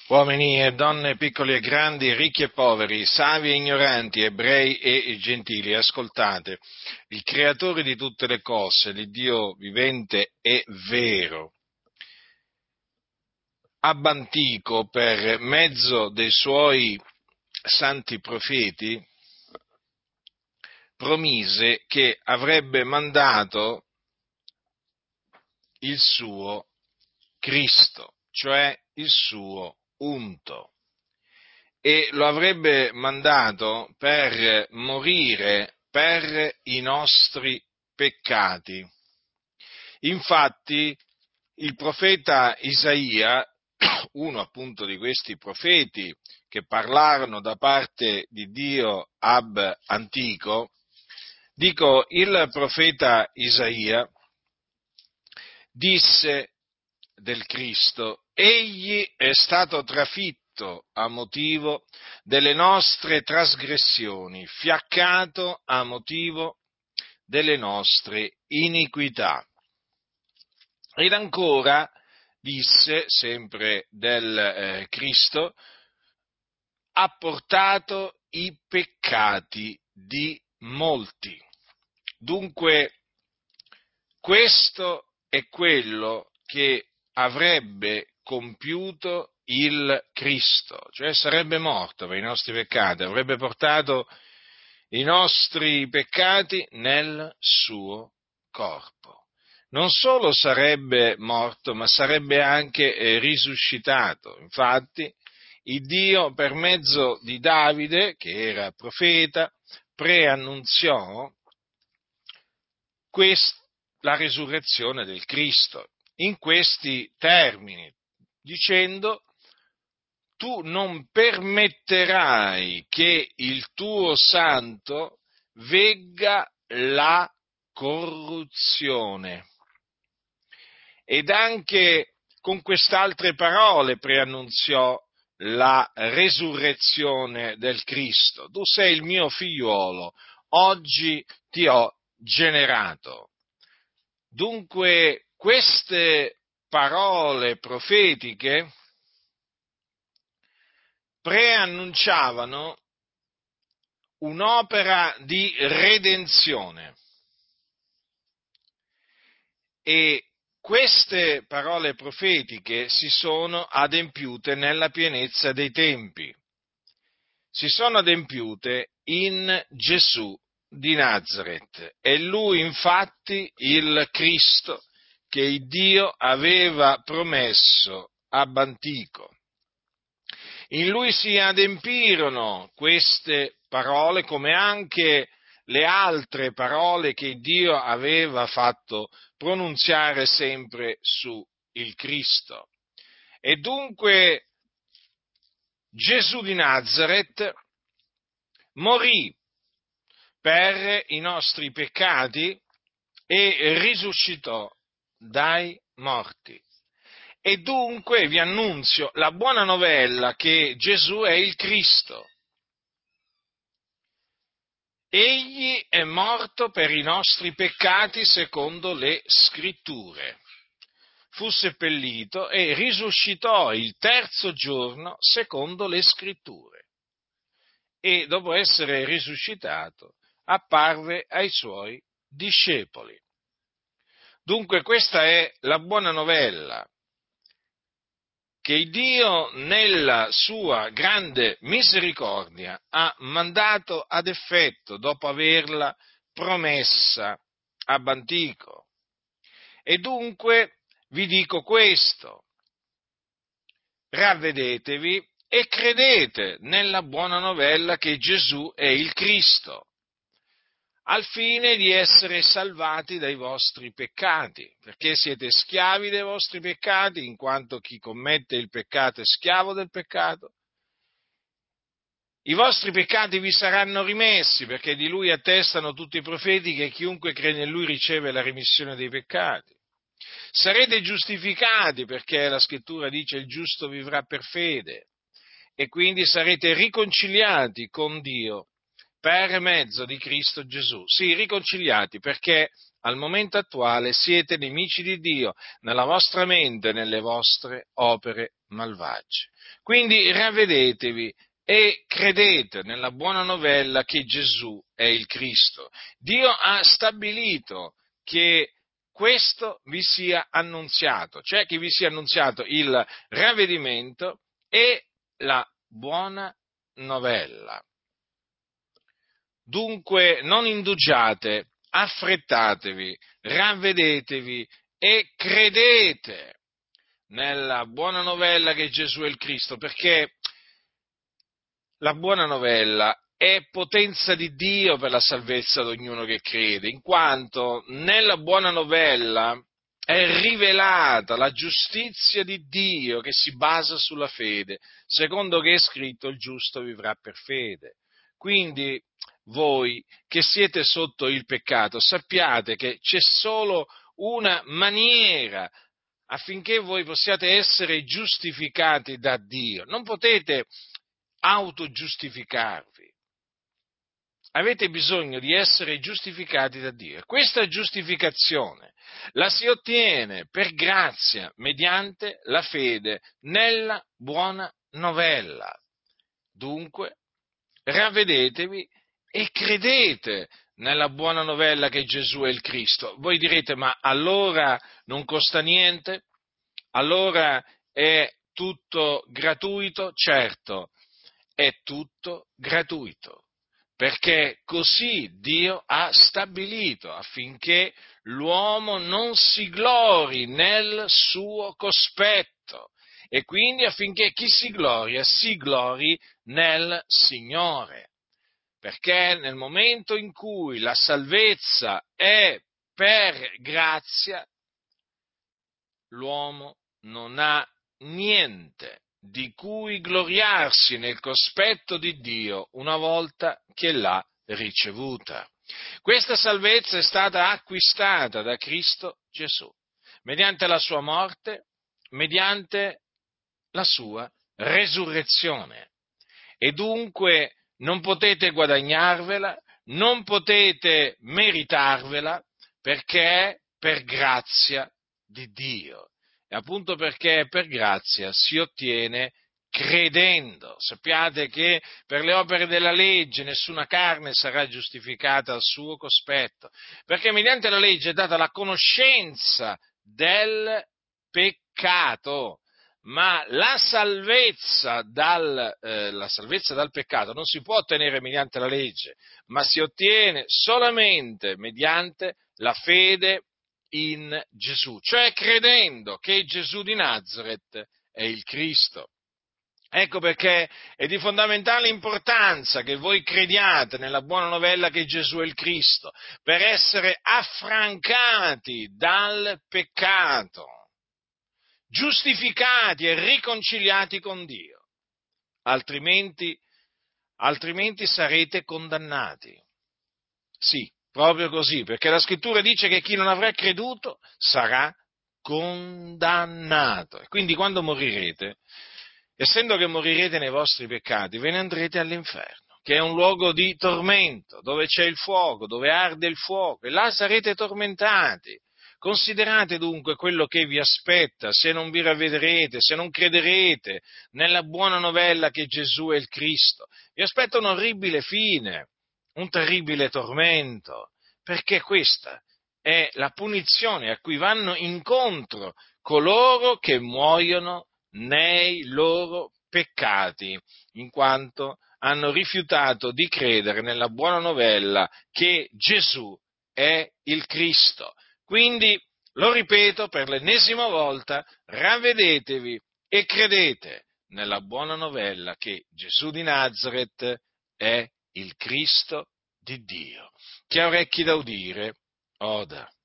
Uomini e donne, piccoli e grandi, ricchi e poveri, savi e ignoranti, ebrei e gentili, ascoltate, il creatore di tutte le cose, l'Iddio vivente e vero, abbantico per mezzo dei suoi santi profeti, promise che avrebbe mandato il suo Cristo, cioè il suo unto, e lo avrebbe mandato per morire per i nostri peccati. Infatti, il profeta Isaia, uno appunto di questi profeti che parlarono da parte di Dio ab antico, il profeta Isaia disse del Cristo: egli è stato trafitto a motivo delle nostre trasgressioni, fiaccato a motivo delle nostre iniquità. Ed ancora disse, sempre del Cristo, ha portato i peccati di molti. Dunque, questo è quello che avrebbe compiuto il Cristo, cioè sarebbe morto per i nostri peccati, avrebbe portato i nostri peccati nel suo corpo. Non solo sarebbe morto, ma sarebbe anche risuscitato. Infatti, il Dio, per mezzo di Davide, che era profeta, preannunziò la resurrezione del Cristo in questi termini, dicendo: tu non permetterai che il tuo santo vegga la corruzione. Ed anche con quest'altre parole preannunziò la resurrezione del Cristo. Tu sei il mio figliuolo, oggi ti ho generato. Dunque, queste parole profetiche preannunciavano un'opera di redenzione e queste parole profetiche si sono adempiute nella pienezza dei tempi. Si sono adempiute in Gesù di Nazaret. È lui infatti il Cristo che il Dio aveva promesso ab antico. In lui si adempirono queste parole, come anche le altre parole che Dio aveva fatto pronunziare sempre su il Cristo. E dunque Gesù di Nazaret morì per i nostri peccati e risuscitò dai morti. E dunque vi annunzio la buona novella che Gesù è il Cristo. Egli è morto per i nostri peccati secondo le Scritture. Fu seppellito e risuscitò il terzo giorno secondo le Scritture. E dopo essere risuscitato apparve ai suoi discepoli. Dunque questa è la buona novella che Dio nella sua grande misericordia ha mandato ad effetto dopo averla promessa ab antico. E dunque vi dico questo: ravvedetevi e credete nella buona novella che Gesù è il Cristo, al fine di essere salvati dai vostri peccati, perché siete schiavi dei vostri peccati, in quanto chi commette il peccato è schiavo del peccato. I vostri peccati vi saranno rimessi, perché di lui attestano tutti i profeti che chiunque crede in lui riceve la remissione dei peccati. Sarete giustificati, perché la Scrittura dice: il giusto vivrà per fede, e quindi sarete riconciliati con Dio per mezzo di Cristo Gesù. Sì, riconciliati, perché al momento attuale siete nemici di Dio nella vostra mente e nelle vostre opere malvagie. Quindi ravvedetevi e credete nella buona novella che Gesù è il Cristo. Dio ha stabilito che questo vi sia annunziato, cioè che vi sia annunziato il ravvedimento e la buona novella. Dunque non indugiate, affrettatevi, ravvedetevi e credete nella buona novella che Gesù è il Cristo, perché la buona novella è potenza di Dio per la salvezza di ognuno che crede, in quanto nella buona novella è rivelata la giustizia di Dio che si basa sulla fede, secondo che è scritto il giusto vivrà per fede. Quindi voi che siete sotto il peccato sappiate che c'è solo una maniera affinché voi possiate essere giustificati da Dio. Non potete autogiustificarvi. Avete bisogno di essere giustificati da Dio. Questa giustificazione la si ottiene per grazia mediante la fede nella buona novella. Dunque, ravvedetevi e credete nella buona novella che Gesù è il Cristo. Voi direte, ma allora non costa niente? Allora è tutto gratuito? Certo, è tutto gratuito, perché così Dio ha stabilito affinché l'uomo non si glori nel suo cospetto e quindi affinché chi si glori nel Signore. Perché nel momento in cui la salvezza è per grazia, l'uomo non ha niente di cui gloriarsi nel cospetto di Dio una volta che l'ha ricevuta. Questa salvezza è stata acquistata da Cristo Gesù, mediante la sua morte, mediante la sua resurrezione. E dunque non potete guadagnarvela, non potete meritarvela, perché è per grazia di Dio. E appunto perché è per grazia si ottiene credendo. Sappiate che per le opere della legge nessuna carne sarà giustificata al suo cospetto, perché mediante la legge è data la conoscenza del peccato. Ma la salvezza dal peccato non si può ottenere mediante la legge, ma si ottiene solamente mediante la fede in Gesù, cioè credendo che Gesù di Nazaret è il Cristo. Ecco perché è di fondamentale importanza che voi crediate nella buona novella che Gesù è il Cristo, per essere affrancati dal peccato, giustificati e riconciliati con Dio, altrimenti sarete condannati. Sì, proprio così, perché la Scrittura dice che chi non avrà creduto sarà condannato. E quindi quando morirete, essendo che morirete nei vostri peccati, ve ne andrete all'inferno, che è un luogo di tormento, dove c'è il fuoco, dove arde il fuoco, e là sarete tormentati. Considerate dunque quello che vi aspetta se non vi ravvederete, se non crederete nella buona novella che Gesù è il Cristo. Vi aspetta un orribile fine, un terribile tormento, perché questa è la punizione a cui vanno incontro coloro che muoiono nei loro peccati, in quanto hanno rifiutato di credere nella buona novella che Gesù è il Cristo. Quindi, lo ripeto per l'ennesima volta, ravvedetevi e credete nella buona novella che Gesù di Nazaret è il Cristo di Dio. Chi ha orecchi da udire, oda.